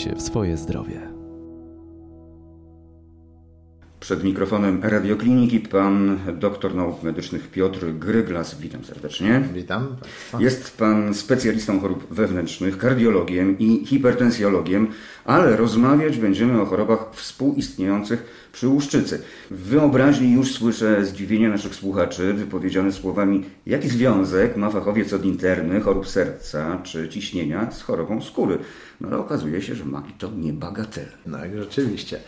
się w swoje zdrowie. Przed mikrofonem Radiokliniki pan doktor nauk medycznych Piotr Gryglas. Witam serdecznie. Witam Państwa. Jest pan specjalistą chorób wewnętrznych, kardiologiem i hipertensjologiem, ale rozmawiać będziemy o chorobach współistniejących przy łuszczycy. W wyobraźni już słyszę zdziwienie naszych słuchaczy wypowiedziane słowami: jaki związek ma fachowiec od interny chorób serca czy ciśnienia z chorobą skóry? No ale okazuje się, że ma i to niebagatel. No i rzeczywiście.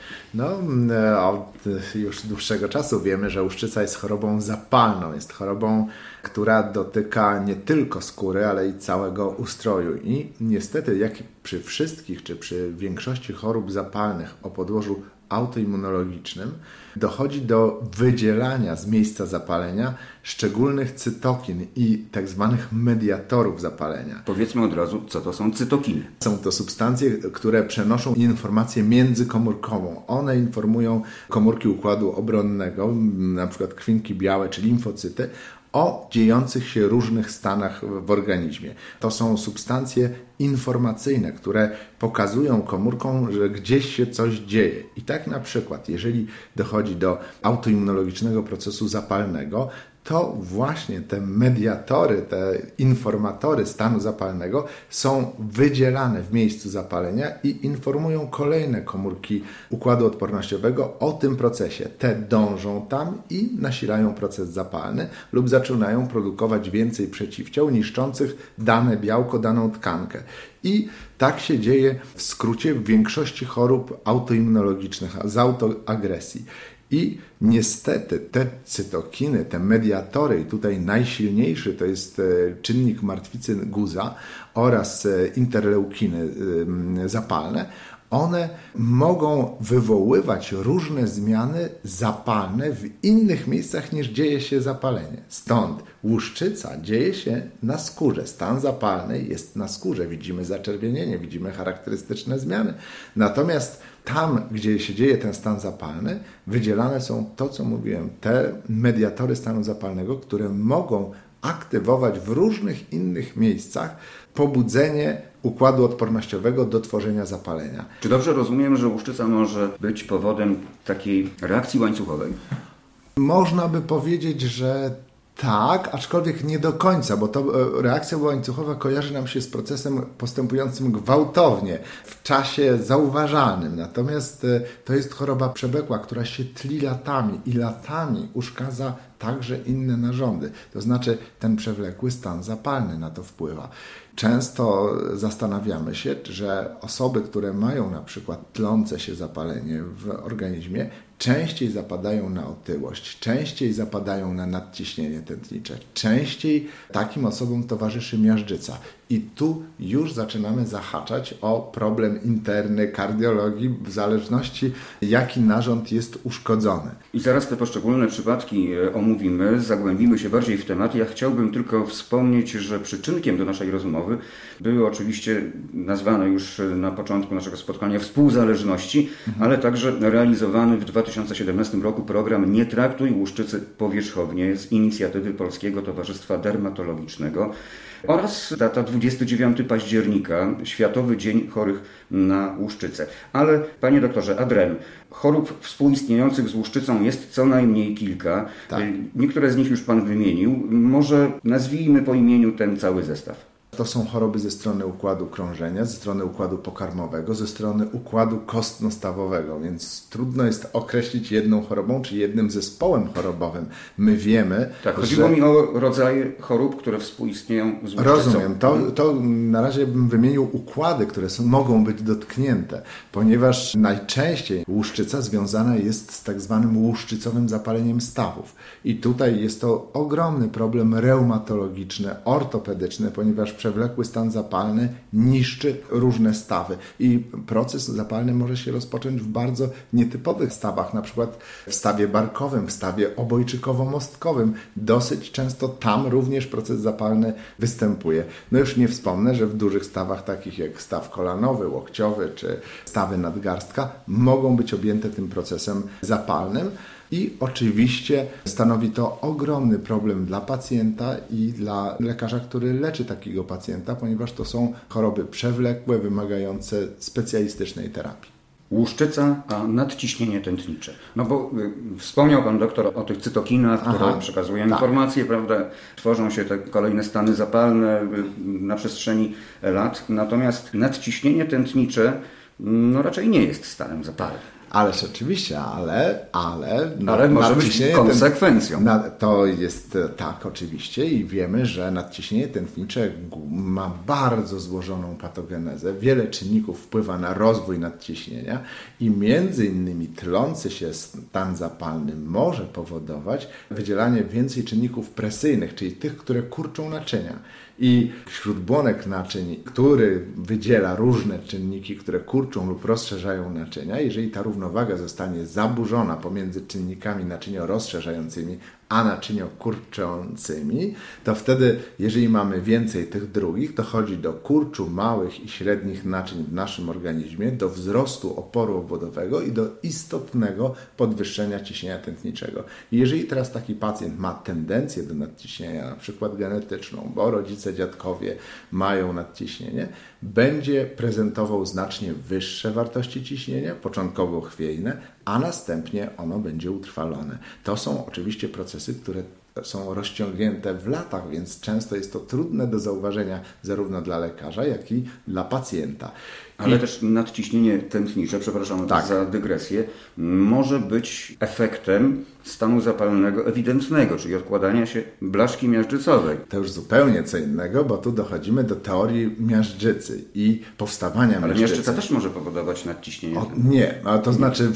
Od już dłuższego czasu wiemy, że łuszczyca jest chorobą zapalną. Jest chorobą, która dotyka nie tylko skóry, ale i całego ustroju. I niestety, jak przy wszystkich, czy przy większości chorób zapalnych o podłożu autoimmunologicznym, dochodzi do wydzielania z miejsca zapalenia szczególnych cytokin i tak zwanych mediatorów zapalenia. Powiedzmy od razu, co to są cytokiny. Są to substancje, które przenoszą informację międzykomórkową. One informują komórki układu obronnego, na przykład krwinki białe czy limfocyty, o dziejących się różnych stanach w organizmie. To są substancje informacyjne, które pokazują komórkom, że gdzieś się coś dzieje. I tak na przykład, jeżeli dochodzi do autoimmunologicznego procesu zapalnego, to właśnie te mediatory, te informatory stanu zapalnego są wydzielane w miejscu zapalenia i informują kolejne komórki układu odpornościowego o tym procesie. Te dążą tam i nasilają proces zapalny lub zaczynają produkować więcej przeciwciał niszczących dane białko, daną tkankę. I tak się dzieje w skrócie w większości chorób autoimmunologicznych z autoagresji. I niestety te cytokiny, te mediatory, i tutaj najsilniejszy to jest czynnik martwicy guza oraz interleukiny zapalne, one mogą wywoływać różne zmiany zapalne w innych miejscach niż dzieje się zapalenie. Stąd łuszczyca dzieje się na skórze. Stan zapalny jest na skórze. Widzimy zaczerwienienie, widzimy charakterystyczne zmiany. Natomiast tam, gdzie się dzieje ten stan zapalny, wydzielane są to, co mówiłem, te mediatory stanu zapalnego, które mogą aktywować w różnych innych miejscach pobudzenie układu odpornościowego do tworzenia zapalenia. Czy dobrze rozumiem, że łuszczyca może być powodem takiej reakcji łańcuchowej? Można by powiedzieć, że tak, aczkolwiek nie do końca, bo to reakcja łańcuchowa kojarzy nam się z procesem postępującym gwałtownie, w czasie zauważalnym. Natomiast to jest choroba przewlekła, która się tli latami i latami uszkadza także inne narządy. To znaczy ten przewlekły stan zapalny na to wpływa. Często zastanawiamy się, że osoby, które mają na przykład tlące się zapalenie w organizmie, częściej zapadają na otyłość, częściej zapadają na nadciśnienie tętnicze, częściej takim osobom towarzyszy miażdżyca. I tu już zaczynamy zahaczać o problem interny kardiologii w zależności jaki narząd jest uszkodzony. I zaraz te poszczególne przypadki omówimy, zagłębimy się bardziej w temat. Ja chciałbym tylko wspomnieć, że przyczynkiem do naszej rozmowy były oczywiście nazwane już na początku naszego spotkania współzależności, ale także realizowany w 2017 roku program Nie traktuj łuszczycy powierzchownie z inicjatywy Polskiego Towarzystwa Dermatologicznego oraz data 29 października, Światowy Dzień Chorych na Łuszczycę. Ale panie doktorze, ad rem, chorób współistniejących z łuszczycą jest co najmniej kilka. Tak. Niektóre z nich już pan wymienił. Może nazwijmy po imieniu ten cały zestaw. To są choroby ze strony układu krążenia, ze strony układu pokarmowego, ze strony układu kostno-stawowego, więc trudno jest określić jedną chorobą czy jednym zespołem chorobowym. My wiemy, tak, chodziło mi o rodzaje chorób, które współistnieją z łuszczycą. Rozumiem. To na razie bym wymienił układy, które mogą być dotknięte, ponieważ najczęściej łuszczyca związana jest z tak zwanym łuszczycowym zapaleniem stawów. I tutaj jest to ogromny problem reumatologiczny, ortopedyczny, ponieważ przewlekły stan zapalny niszczy różne stawy i proces zapalny może się rozpocząć w bardzo nietypowych stawach, na przykład w stawie barkowym, w stawie obojczykowo-mostkowym. Dosyć często tam również proces zapalny występuje. No już nie wspomnę, że w dużych stawach takich jak staw kolanowy, łokciowy czy stawy nadgarstka mogą być objęte tym procesem zapalnym. I oczywiście stanowi to ogromny problem dla pacjenta i dla lekarza, który leczy takiego pacjenta, ponieważ to są choroby przewlekłe, wymagające specjalistycznej terapii. Łuszczyca, a nadciśnienie tętnicze. No bo wspomniał Pan doktor o tych cytokinach, które przekazują informacje, prawda? Tworzą się te kolejne stany zapalne na przestrzeni lat. Natomiast nadciśnienie tętnicze raczej nie jest stanem zapalnym. Ależ oczywiście, ale może być konsekwencją. To jest tak oczywiście i wiemy, że nadciśnienie tętnicze ma bardzo złożoną patogenezę. Wiele czynników wpływa na rozwój nadciśnienia i między innymi tlący się stan zapalny może powodować wydzielanie więcej czynników presyjnych, czyli tych, które kurczą naczynia. I śródbłonek naczyń, który wydziela różne czynniki, które kurczą lub rozszerzają naczynia, jeżeli ta równowaga zostanie zaburzona pomiędzy czynnikami naczyniorozszerzającymi a naczyniokurczącymi, to wtedy, jeżeli mamy więcej tych drugich, dochodzi do kurczu małych i średnich naczyń w naszym organizmie, do wzrostu oporu obwodowego i do istotnego podwyższenia ciśnienia tętniczego. I jeżeli teraz taki pacjent ma tendencję do nadciśnienia, na przykład genetyczną, bo rodzice, dziadkowie mają nadciśnienie, będzie prezentował znacznie wyższe wartości ciśnienia, początkowo chwiejne, a następnie ono będzie utrwalone. To są oczywiście procesy, które są rozciągnięte w latach, więc często jest to trudne do zauważenia zarówno dla lekarza, jak i dla pacjenta. Ale też nadciśnienie tętnicze, przepraszam za dygresję, może być efektem stanu zapalnego ewidentnego, czyli odkładania się blaszki miażdżycowej. To już zupełnie co innego, bo tu dochodzimy do teorii miażdżycy i powstawania miażdżycy. Ale miażdżyca też może powodować nadciśnienie. Nie, to znaczy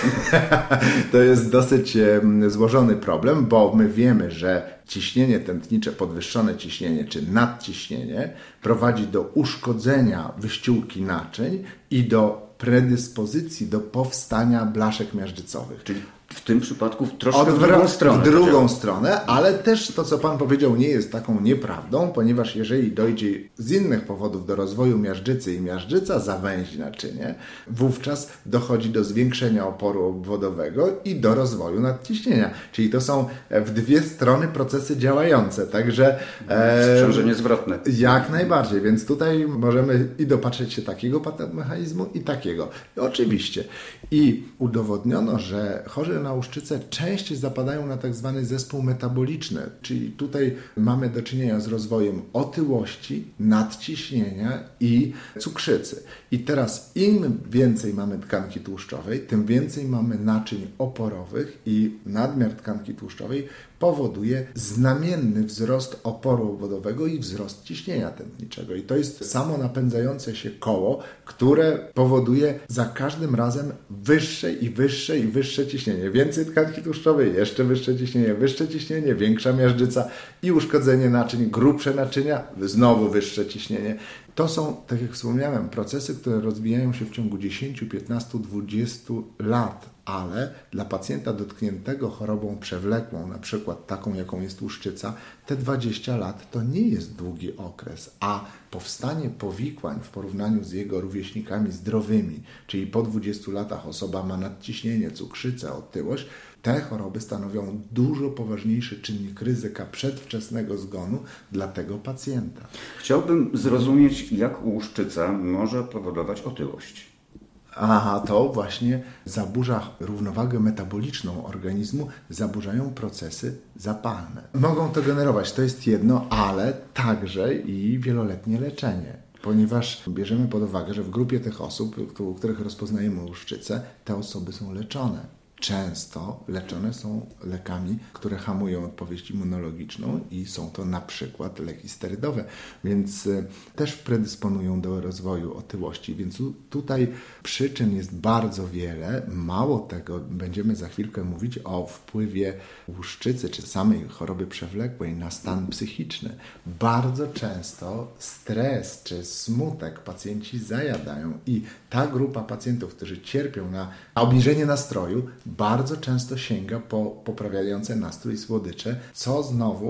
to jest dosyć złożony problem, bo my wiemy, że ciśnienie tętnicze, podwyższone ciśnienie czy nadciśnienie prowadzi do uszkodzenia wyściółki naczyń i do predyspozycji do powstania blaszek miażdżycowych. Czyli w tym przypadku troszkę w drugą stronę. W drugą stronę, ale też to, co Pan powiedział, nie jest taką nieprawdą, ponieważ jeżeli dojdzie z innych powodów do rozwoju miażdżycy i miażdżyca zawęzi naczynie, wówczas dochodzi do zwiększenia oporu obwodowego i do rozwoju nadciśnienia. Czyli to są w dwie strony procesy działające, także sprzężenie zwrotne. Jak najbardziej, więc tutaj możemy i dopatrzeć się takiego patomechanizmu i takiego. Oczywiście. I udowodniono, że chorzy na łuszczycę częściej zapadają na tak zwany zespół metaboliczny, czyli tutaj mamy do czynienia z rozwojem otyłości, nadciśnienia i cukrzycy. I teraz im więcej mamy tkanki tłuszczowej, tym więcej mamy naczyń oporowych i nadmiar tkanki tłuszczowej powoduje znamienny wzrost oporu obwodowego i wzrost ciśnienia tętniczego. I to jest samo napędzające się koło, które powoduje za każdym razem wyższe i wyższe i wyższe ciśnienie. Więcej tkanki tłuszczowej, jeszcze wyższe ciśnienie, większa miażdżyca i uszkodzenie naczyń, grubsze naczynia, znowu wyższe ciśnienie. To są, tak jak wspomniałem, procesy, które rozwijają się w ciągu 10, 15, 20 lat. Ale dla pacjenta dotkniętego chorobą przewlekłą, na przykład taką, jaką jest łuszczyca, te 20 lat to nie jest długi okres, a powstanie powikłań w porównaniu z jego rówieśnikami zdrowymi, czyli po 20 latach osoba ma nadciśnienie, cukrzycę, otyłość, te choroby stanowią dużo poważniejszy czynnik ryzyka przedwczesnego zgonu dla tego pacjenta. Chciałbym zrozumieć, jak łuszczyca może powodować otyłość. To właśnie zaburza równowagę metaboliczną organizmu, zaburzają procesy zapalne. Mogą to generować, to jest jedno, ale także i wieloletnie leczenie. Ponieważ bierzemy pod uwagę, że w grupie tych osób, u których rozpoznajemy łuszczycę, te osoby są leczone. Często leczone są lekami, które hamują odpowiedź immunologiczną i są to na przykład leki sterydowe, więc też predysponują do rozwoju otyłości. Więc tutaj przyczyn jest bardzo wiele. Mało tego, będziemy za chwilkę mówić o wpływie łuszczycy czy samej choroby przewlekłej na stan psychiczny. Bardzo często stres czy smutek pacjenci zajadają i ta grupa pacjentów, którzy cierpią na obniżenie nastroju, bardzo często sięga po poprawiające nastrój słodycze, co znowu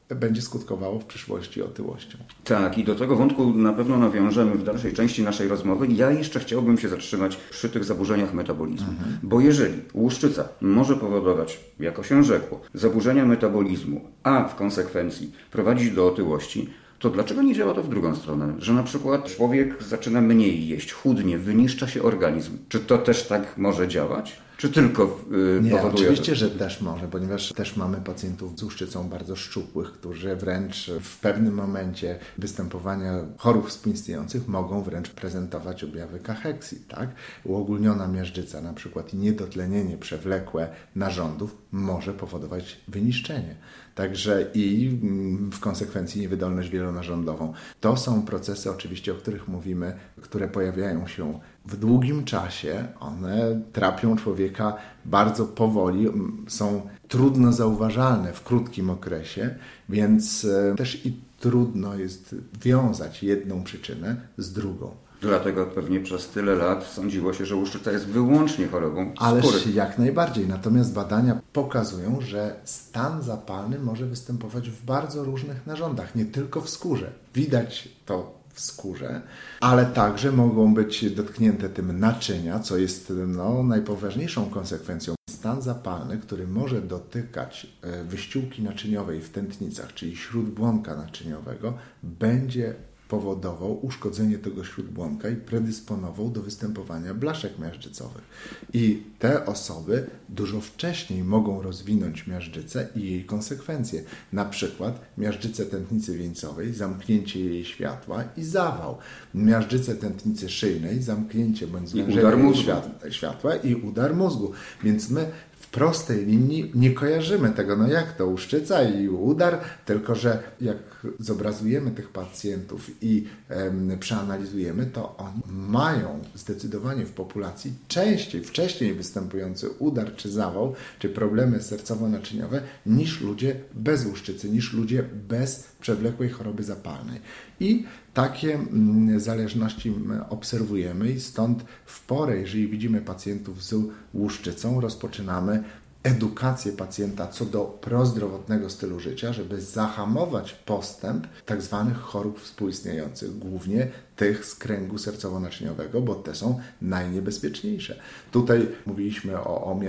będzie skutkowało w przyszłości otyłością. Tak, i do tego wątku na pewno nawiążemy w dalszej części naszej rozmowy. Ja jeszcze chciałbym się zatrzymać przy tych zaburzeniach metabolizmu, bo jeżeli łuszczyca może powodować, jako się rzekło, zaburzenia metabolizmu, a w konsekwencji prowadzić do otyłości, to dlaczego nie działa to w drugą stronę? Że na przykład człowiek zaczyna mniej jeść, chudnie, wyniszcza się organizm. Czy to też tak może działać? Czy tylko Nie, powoduje... oczywiście, że też może, ponieważ też mamy pacjentów z łuszczycą bardzo szczupłych, którzy wręcz w pewnym momencie występowania chorób współistniejących mogą wręcz prezentować objawy kacheksji, tak? Uogólniona miażdżyca na przykład i niedotlenienie przewlekłe narządów może powodować wyniszczenie. Także i w konsekwencji niewydolność wielonarządową. To są procesy oczywiście, o których mówimy, które pojawiają się w długim czasie. One trapią człowieka bardzo powoli, są trudno zauważalne w krótkim okresie, więc też i trudno jest wiązać jedną przyczynę z drugą. Dlatego pewnie przez tyle lat sądziło się, że łuszczyca jest wyłącznie chorobą skóry. Ależ jak najbardziej. Natomiast badania pokazują, że stan zapalny może występować w bardzo różnych narządach, nie tylko w skórze. Widać to w skórze, ale także mogą być dotknięte tym naczynia, co jest najpoważniejszą konsekwencją. Stan zapalny, który może dotykać wyściółki naczyniowej w tętnicach, czyli śródbłonka naczyniowego, będzie powodował uszkodzenie tego śródbłonka i predysponował do występowania blaszek miażdżycowych. I te osoby dużo wcześniej mogą rozwinąć miażdżycę i jej konsekwencje. Na przykład miażdżycę tętnicy wieńcowej, zamknięcie jej światła i zawał. Miażdżycę tętnicy szyjnej, zamknięcie bądź zwężenie światła i udar mózgu. Więc my w prostej linii nie kojarzymy tego, jak to łuszczyca i udar, tylko że jak zobrazujemy tych pacjentów i przeanalizujemy, to oni mają zdecydowanie w populacji wcześniej występujący udar czy zawał, czy problemy sercowo-naczyniowe niż ludzie bez łuszczycy, niż ludzie bez przewlekłej choroby zapalnej. I takie zależności obserwujemy i stąd w porę, jeżeli widzimy pacjentów z łuszczycą, rozpoczynamy edukację pacjenta co do prozdrowotnego stylu życia, żeby zahamować postęp tzw. chorób współistniejących, głównie tych z kręgu sercowo-naczyniowego, bo te są najniebezpieczniejsze. Tutaj mówiliśmy o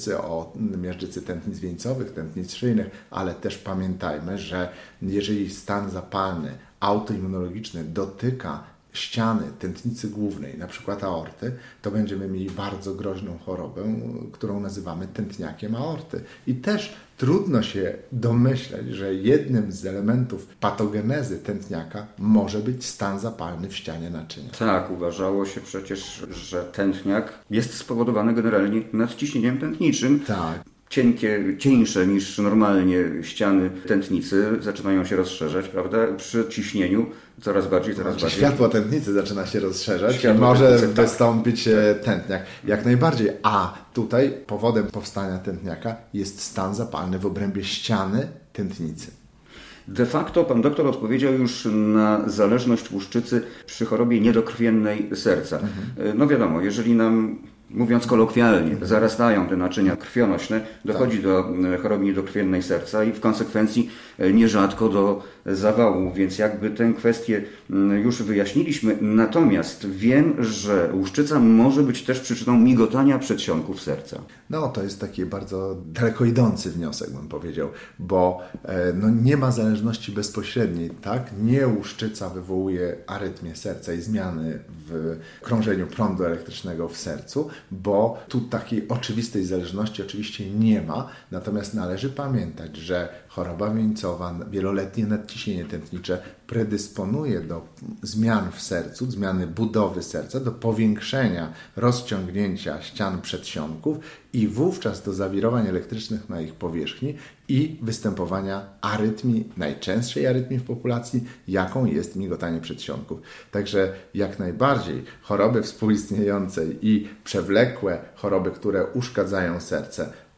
miażdżycy tętnic wieńcowych, tętnic szyjnych, ale też pamiętajmy, że jeżeli stan zapalny, autoimmunologiczny dotyka ściany tętnicy głównej, na przykład aorty, to będziemy mieli bardzo groźną chorobę, którą nazywamy tętniakiem aorty. I też trudno się domyśleć, że jednym z elementów patogenezy tętniaka może być stan zapalny w ścianie naczynia. Tak, uważało się przecież, że tętniak jest spowodowany generalnie nadciśnieniem tętniczym. Tak. Cieńsze niż normalnie ściany tętnicy zaczynają się rozszerzać, prawda? Przy ciśnieniu coraz bardziej. Światło tętnicy zaczyna się rozszerzać i może wystąpić tętniak. Jak najbardziej. A tutaj powodem powstania tętniaka jest stan zapalny w obrębie ściany tętnicy. De facto pan doktor odpowiedział już na zależność łuszczycy przy chorobie niedokrwiennej serca. No wiadomo, jeżeli nam, mówiąc kolokwialnie, zarastają te naczynia krwionośne, dochodzi do choroby niedokrwiennej serca i w konsekwencji nierzadko do zawału, więc jakby tę kwestię już wyjaśniliśmy. Natomiast wiem, że łuszczyca może być też przyczyną migotania przedsionków serca. No to jest taki bardzo daleko idący wniosek, bym powiedział, bo nie ma zależności bezpośredniej, tak? Nie łuszczyca wywołuje arytmię serca i zmiany w krążeniu prądu elektrycznego w sercu, bo tu takiej oczywistej zależności oczywiście nie ma, natomiast należy pamiętać, że choroba wieńcowa, wieloletnie nadciśnienie tętnicze predysponuje do zmian w sercu, zmiany budowy serca, do powiększenia rozciągnięcia ścian przedsionków i wówczas do zawirowań elektrycznych na ich powierzchni i występowania arytmii, najczęstszej arytmii w populacji, jaką jest migotanie przedsionków. Także jak najbardziej choroby współistniejące i przewlekłe choroby, które uszkadzają serce, w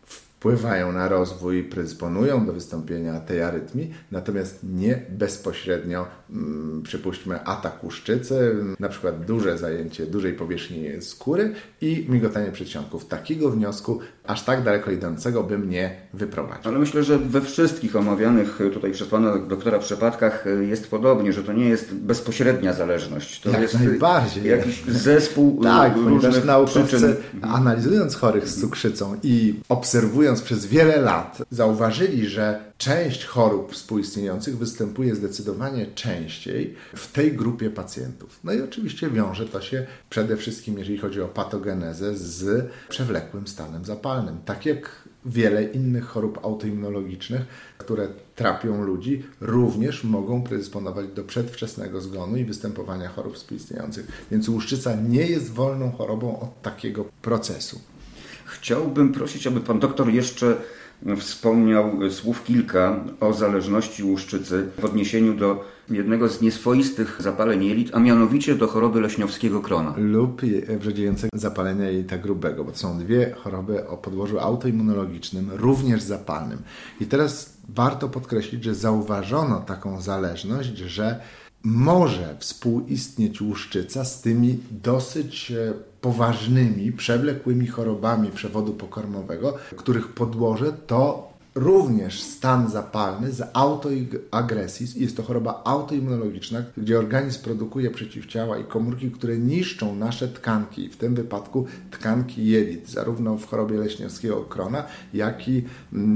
wpływają na rozwój, predysponują do wystąpienia tej arytmii, natomiast nie bezpośrednio, przypuśćmy, atak łuszczycy, na przykład duże zajęcie dużej powierzchni skóry i migotanie przedsionków. Takiego wniosku aż tak daleko idącego bym nie wyprowadził. Ale myślę, że we wszystkich omawianych tutaj przez pana doktora przypadkach jest podobnie, że to nie jest bezpośrednia zależność. To jak jest najbardziej. jakiś zespół tak, różnych naukowcy, przyczyn. analizując chorych z cukrzycą i obserwując przez wiele lat, zauważyli, że część chorób współistniejących występuje zdecydowanie częściej w tej grupie pacjentów. No i oczywiście wiąże to się przede wszystkim, jeżeli chodzi o patogenezę, z przewlekłym stanem zapalnym. Tak jak wiele innych chorób autoimmunologicznych, które trapią ludzi, również mogą predysponować do przedwczesnego zgonu i występowania chorób współistniejących. Więc łuszczyca nie jest wolną chorobą od takiego procesu. Chciałbym prosić, aby pan doktor jeszcze wspomniał słów kilka o zależności łuszczycy w odniesieniu do jednego z nieswoistych zapaleń jelit, a mianowicie do choroby leśniowskiego krona. Lub wrzodziejącego zapalenia jelita grubego, bo to są dwie choroby o podłożu autoimmunologicznym, również zapalnym. I teraz warto podkreślić, że zauważono taką zależność, że może współistnieć łuszczyca z tymi dosyć poważnymi, przewlekłymi chorobami przewodu pokarmowego, których podłoże to również stan zapalny z autoagresji. Jest to choroba autoimmunologiczna, gdzie organizm produkuje przeciwciała i komórki, które niszczą nasze tkanki, w tym wypadku tkanki jelit, zarówno w chorobie leśniowskiego krona, jak i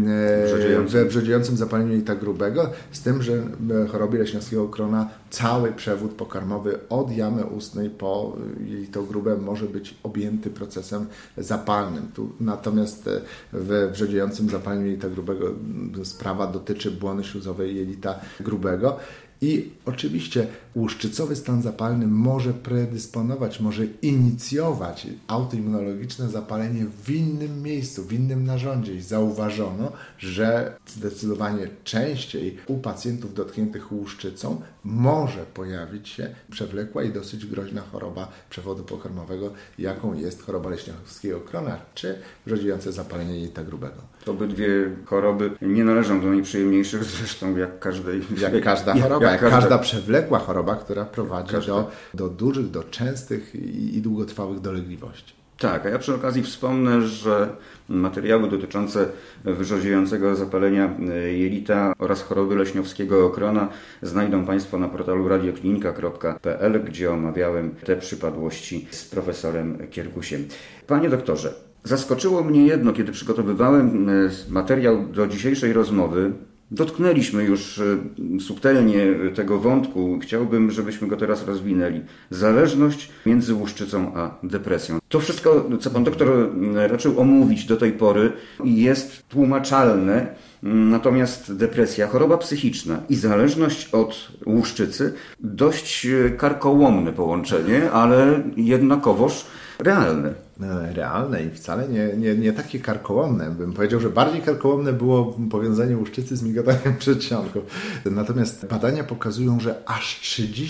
we wrzodziejącym zapaleniu jelita grubego, z tym, że w chorobie leśniowskiego krona cały przewód pokarmowy od jamy ustnej po jelito grube może być objęty procesem zapalnym. Natomiast we wrzodziejącym zapaleniu jelita grubego sprawa dotyczy błony śluzowej jelita grubego. I oczywiście łuszczycowy stan zapalny może predysponować, może inicjować autoimmunologiczne zapalenie w innym miejscu, w innym narządzie. I zauważono, że zdecydowanie częściej u pacjentów dotkniętych łuszczycą może pojawić się przewlekła i dosyć groźna choroba przewodu pokarmowego, jaką jest choroba leśniowskiego krona, czy wrzodziejące zapalenie jelita grubego. Obydwie choroby nie należą do najprzyjemniejszych, zresztą jak każda choroba. Jak każda przewlekła choroba, która prowadzi do dużych, do częstych i długotrwałych dolegliwości. Tak, a ja przy okazji wspomnę, że materiały dotyczące wrzodziejącego zapalenia jelita oraz choroby leśniowskiego krona znajdą Państwo na portalu radioklinika.pl, gdzie omawiałem te przypadłości z profesorem Kierkusiem. Panie doktorze, zaskoczyło mnie jedno, kiedy przygotowywałem materiał do dzisiejszej rozmowy. Dotknęliśmy już subtelnie tego wątku. Chciałbym, żebyśmy go teraz rozwinęli. Zależność między łuszczycą a depresją. To wszystko, co pan doktor raczył omówić do tej pory, jest tłumaczalne. Natomiast depresja, choroba psychiczna i zależność od łuszczycy, dość karkołomne połączenie, ale jednakowoż realne. Realne i wcale nie takie karkołomne. Bym powiedział, że bardziej karkołomne było powiązanie łuszczycy z migotaniem przedsionków. Natomiast badania pokazują, że aż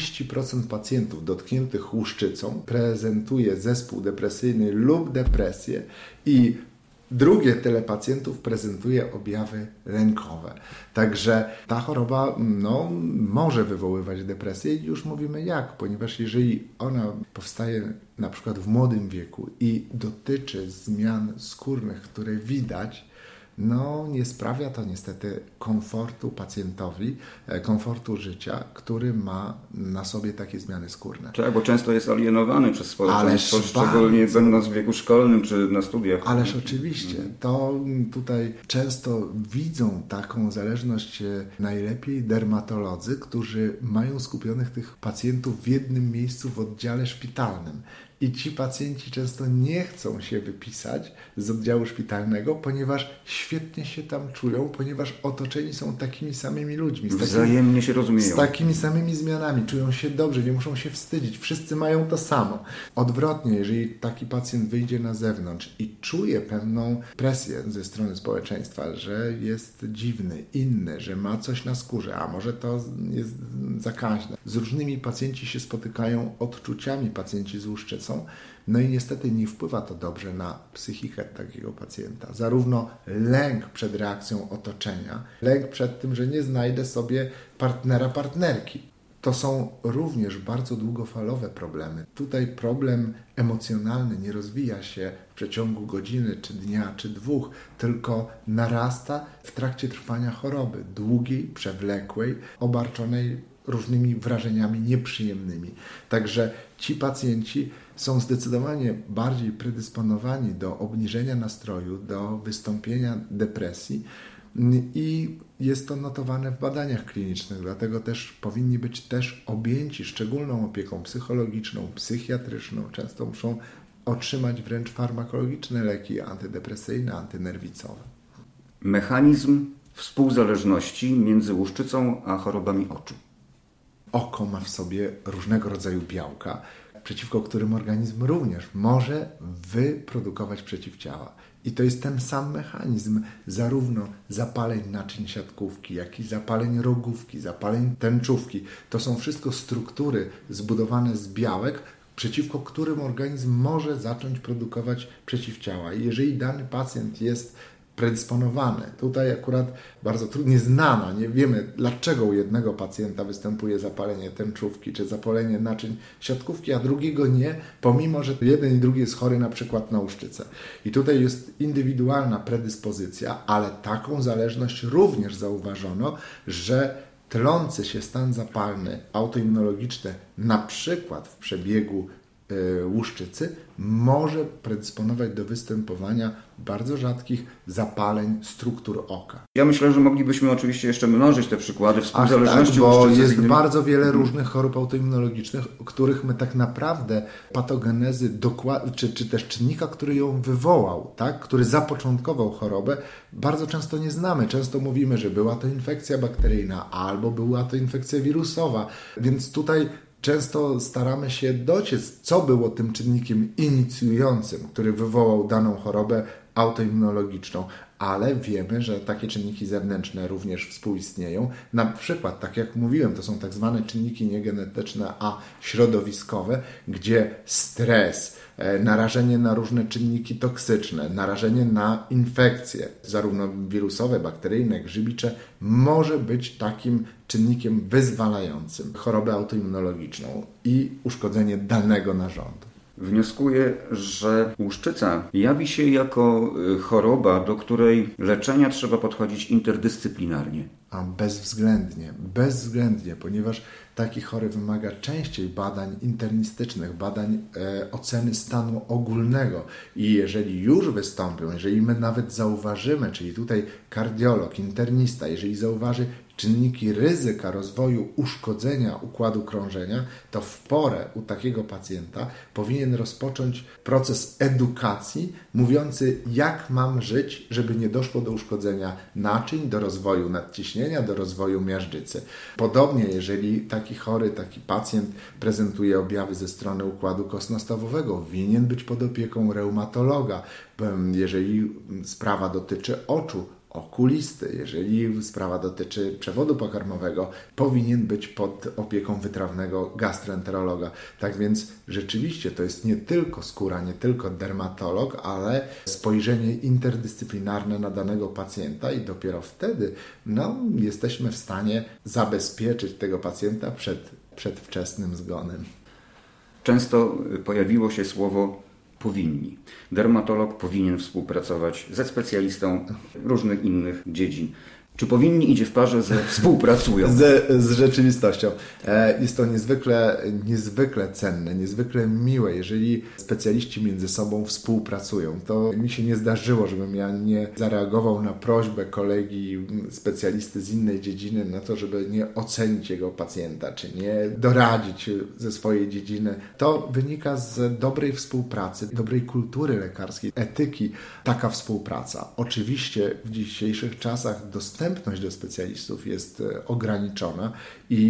30% pacjentów dotkniętych łuszczycą prezentuje zespół depresyjny lub depresję i drugie tyle pacjentów prezentuje objawy lękowe. Także ta choroba może wywoływać depresję i już mówimy jak, ponieważ jeżeli ona powstaje na przykład w młodym wieku i dotyczy zmian skórnych, które widać, nie sprawia to niestety komfortu pacjentowi, komfortu życia, który ma na sobie takie zmiany skórne. Tak, bo często jest alienowany przez społeczeństwo, szczególnie będąc w wieku szkolnym czy na studiach. Ależ oczywiście. To tutaj często widzą taką zależność najlepiej dermatolodzy, którzy mają skupionych tych pacjentów w jednym miejscu w oddziale szpitalnym. I ci pacjenci często nie chcą się wypisać z oddziału szpitalnego, ponieważ świetnie się tam czują, ponieważ otoczeni są takimi samymi ludźmi. Wzajemnie się rozumieją. Z takimi samymi zmianami. Czują się dobrze, nie muszą się wstydzić. Wszyscy mają to samo. Odwrotnie, jeżeli taki pacjent wyjdzie na zewnątrz i czuje pewną presję ze strony społeczeństwa, że jest dziwny, inny, że ma coś na skórze, a może to jest zakaźne. Z różnymi pacjenci się spotykają odczuciami, pacjenci z łuszczycą. są. No i niestety nie wpływa to dobrze na psychikę takiego pacjenta. Zarówno lęk przed reakcją otoczenia, lęk przed tym, że nie znajdę sobie partnera, partnerki. To są również bardzo długofalowe problemy. Tutaj problem emocjonalny nie rozwija się w przeciągu godziny, czy dnia, czy dwóch, tylko narasta w trakcie trwania choroby, długiej, przewlekłej, obarczonej różnymi wrażeniami nieprzyjemnymi. Także ci pacjenci są zdecydowanie bardziej predysponowani do obniżenia nastroju, do wystąpienia depresji i jest to notowane w badaniach klinicznych, dlatego też powinni być też objęci szczególną opieką psychologiczną, psychiatryczną. Często muszą otrzymać wręcz farmakologiczne leki antydepresyjne, antynerwicowe. Mechanizm współzależności między łuszczycą a chorobami oczu. Oko ma w sobie różnego rodzaju białka, przeciwko którym organizm również może wyprodukować przeciwciała. I to jest ten sam mechanizm zarówno zapaleń naczyń siatkówki, jak i zapaleń rogówki, zapaleń tęczówki. To są wszystko struktury zbudowane z białek, przeciwko którym organizm może zacząć produkować przeciwciała. I jeżeli dany pacjent jest predysponowany, tutaj akurat bardzo trudnie znana, nie wiemy dlaczego u jednego pacjenta występuje zapalenie tęczówki czy zapalenie naczyń siatkówki, a drugiego nie, pomimo że jeden i drugi jest chory na przykład na łuszczycę. I tutaj jest indywidualna predyspozycja, ale taką zależność również zauważono, że tlący się stan zapalny autoimmunologiczny na przykład w przebiegu łuszczycy może predysponować do występowania bardzo rzadkich zapaleń struktur oka. Ja myślę, że moglibyśmy oczywiście jeszcze mnożyć te przykłady współzależności. Tak, bo jest bardzo wiele różnych chorób autoimmunologicznych, których my tak naprawdę patogenezy czy też czynnika, który ją wywołał, tak, który zapoczątkował chorobę, bardzo często nie znamy. Często mówimy, że była to infekcja bakteryjna albo była to infekcja wirusowa, więc tutaj często staramy się dociec, co było tym czynnikiem inicjującym, który wywołał daną chorobę autoimmunologiczną, ale wiemy, że takie czynniki zewnętrzne również współistnieją. Na przykład, tak jak mówiłem, to są tak zwane czynniki niegenetyczne, a środowiskowe, gdzie stres, narażenie na różne czynniki toksyczne, narażenie na infekcje, zarówno wirusowe, bakteryjne, grzybicze, może być takim czynnikiem wyzwalającym chorobę autoimmunologiczną i uszkodzenie danego narządu. Wnioskuję, że łuszczyca jawi się jako choroba, do której leczenia trzeba podchodzić interdyscyplinarnie. A bezwzględnie, ponieważ taki chory wymaga częściej badań internistycznych, badań oceny stanu ogólnego i jeżeli już wystąpią, jeżeli my nawet zauważymy, czyli tutaj kardiolog, internista, jeżeli zauważy czynniki ryzyka rozwoju uszkodzenia układu krążenia, to w porę u takiego pacjenta powinien rozpocząć proces edukacji mówiący, jak mam żyć, żeby nie doszło do uszkodzenia naczyń, do rozwoju nadciśnienia, do rozwoju miażdżycy. Podobnie, jeżeli taki chory, taki pacjent prezentuje objawy ze strony układu kostno-stawowego, winien być pod opieką reumatologa. Jeżeli sprawa dotyczy oczu, okulisty, jeżeli sprawa dotyczy przewodu pokarmowego, powinien być pod opieką wytrawnego gastroenterologa. Tak więc rzeczywiście to jest nie tylko skóra, nie tylko dermatolog, ale spojrzenie interdyscyplinarne na danego pacjenta i dopiero wtedy jesteśmy w stanie zabezpieczyć tego pacjenta przed przedwczesnym zgonem. Często pojawiło się słowo powinni. Dermatolog powinien współpracować ze specjalistą różnych innych dziedzin. Czy powinni idzie w parze ze współpracują? Z rzeczywistością. Jest to niezwykle cenne, niezwykle miłe, jeżeli specjaliści między sobą współpracują. To mi się nie zdarzyło, żebym ja nie zareagował na prośbę kolegi specjalisty z innej dziedziny na to, żeby nie ocenić jego pacjenta, czy nie doradzić ze swojej dziedziny. To wynika z dobrej współpracy, dobrej kultury lekarskiej, etyki, taka współpraca. Oczywiście w dzisiejszych czasach dostępność do specjalistów jest ograniczona i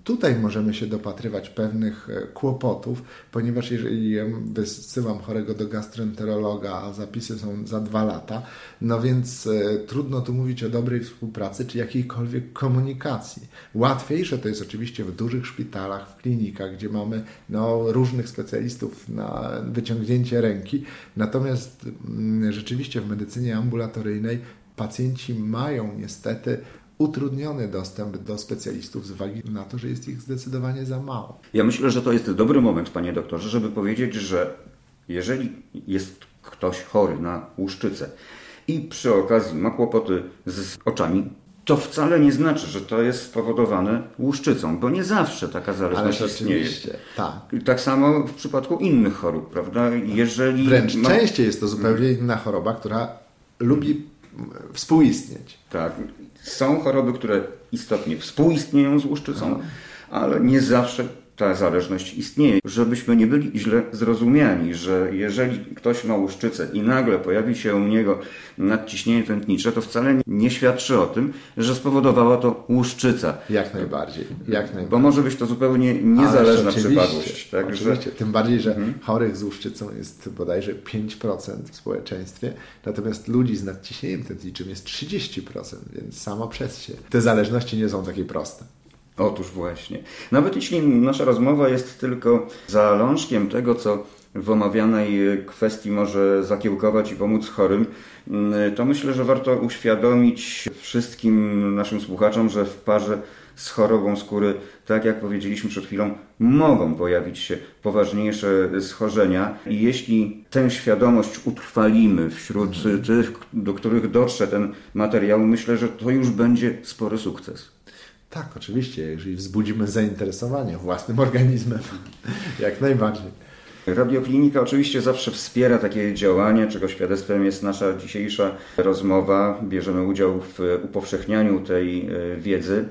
tutaj możemy się dopatrywać pewnych kłopotów, ponieważ jeżeli wysyłam chorego do gastroenterologa, a zapisy są za 2 lata, no więc trudno tu mówić o dobrej współpracy czy jakiejkolwiek komunikacji. Łatwiejsze to jest oczywiście w dużych szpitalach, w klinikach, gdzie mamy różnych specjalistów na wyciągnięcie ręki, natomiast rzeczywiście w medycynie ambulatoryjnej pacjenci mają niestety utrudniony dostęp do specjalistów z uwagi na to, że jest ich zdecydowanie za mało. Ja myślę, że to jest dobry moment, panie doktorze, żeby powiedzieć, że jeżeli jest ktoś chory na łuszczycę i przy okazji ma kłopoty z oczami, to wcale nie znaczy, że to jest spowodowane łuszczycą, bo nie zawsze taka zależność istnieje. Tak. Tak samo w przypadku innych chorób, prawda? Jeżeli wręcz częściej jest to zupełnie inna choroba, która lubi współistnieć. Tak. Są choroby, które istotnie współistnieją z łuszczycą, ale nie zawsze ta zależność istnieje. Żebyśmy nie byli źle zrozumiani, że jeżeli ktoś ma łuszczycę i nagle pojawi się u niego nadciśnienie tętnicze, to wcale nie świadczy o tym, że spowodowała to łuszczyca. Jak najbardziej. Bo może być to zupełnie niezależna przypadłość. Oczywiście. Tym bardziej, że chorych z łuszczycą jest bodajże 5% w społeczeństwie, natomiast ludzi z nadciśnieniem tętniczym jest 30%, więc samo przez się te zależności nie są takie proste. Otóż właśnie. Nawet jeśli nasza rozmowa jest tylko zalążkiem tego, co w omawianej kwestii może zakiełkować i pomóc chorym, to myślę, że warto uświadomić wszystkim naszym słuchaczom, że w parze z chorobą skóry, tak jak powiedzieliśmy przed chwilą, mogą pojawić się poważniejsze schorzenia i jeśli tę świadomość utrwalimy wśród tych, do których dotrze ten materiał, myślę, że to już będzie spory sukces. Tak, oczywiście, jeżeli wzbudzimy zainteresowanie własnym organizmem, jak najbardziej. Radioklinika oczywiście zawsze wspiera takie działania, czego świadectwem jest nasza dzisiejsza rozmowa. Bierzemy udział w upowszechnianiu tej wiedzy.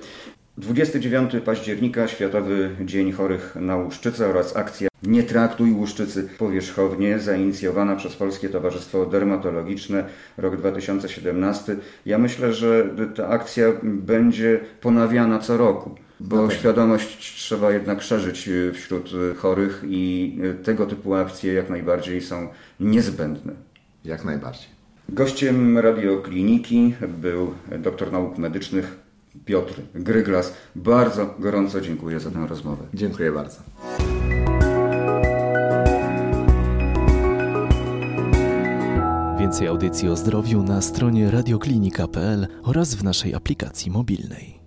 29 października, Światowy Dzień Chorych na Łuszczycę oraz akcja Nie traktuj łuszczycy powierzchownie, zainicjowana przez Polskie Towarzystwo Dermatologiczne, rok 2017. Ja myślę, że ta akcja będzie ponawiana co roku, bo świadomość trzeba jednak szerzyć wśród chorych i tego typu akcje jak najbardziej są niezbędne. Jak najbardziej. Gościem Radiokliniki był doktor nauk medycznych Piotr Gryglas. Bardzo gorąco dziękuję za tę rozmowę. Dziękuję bardzo. Więcej audycji o zdrowiu na stronie radioklinika.pl oraz w naszej aplikacji mobilnej.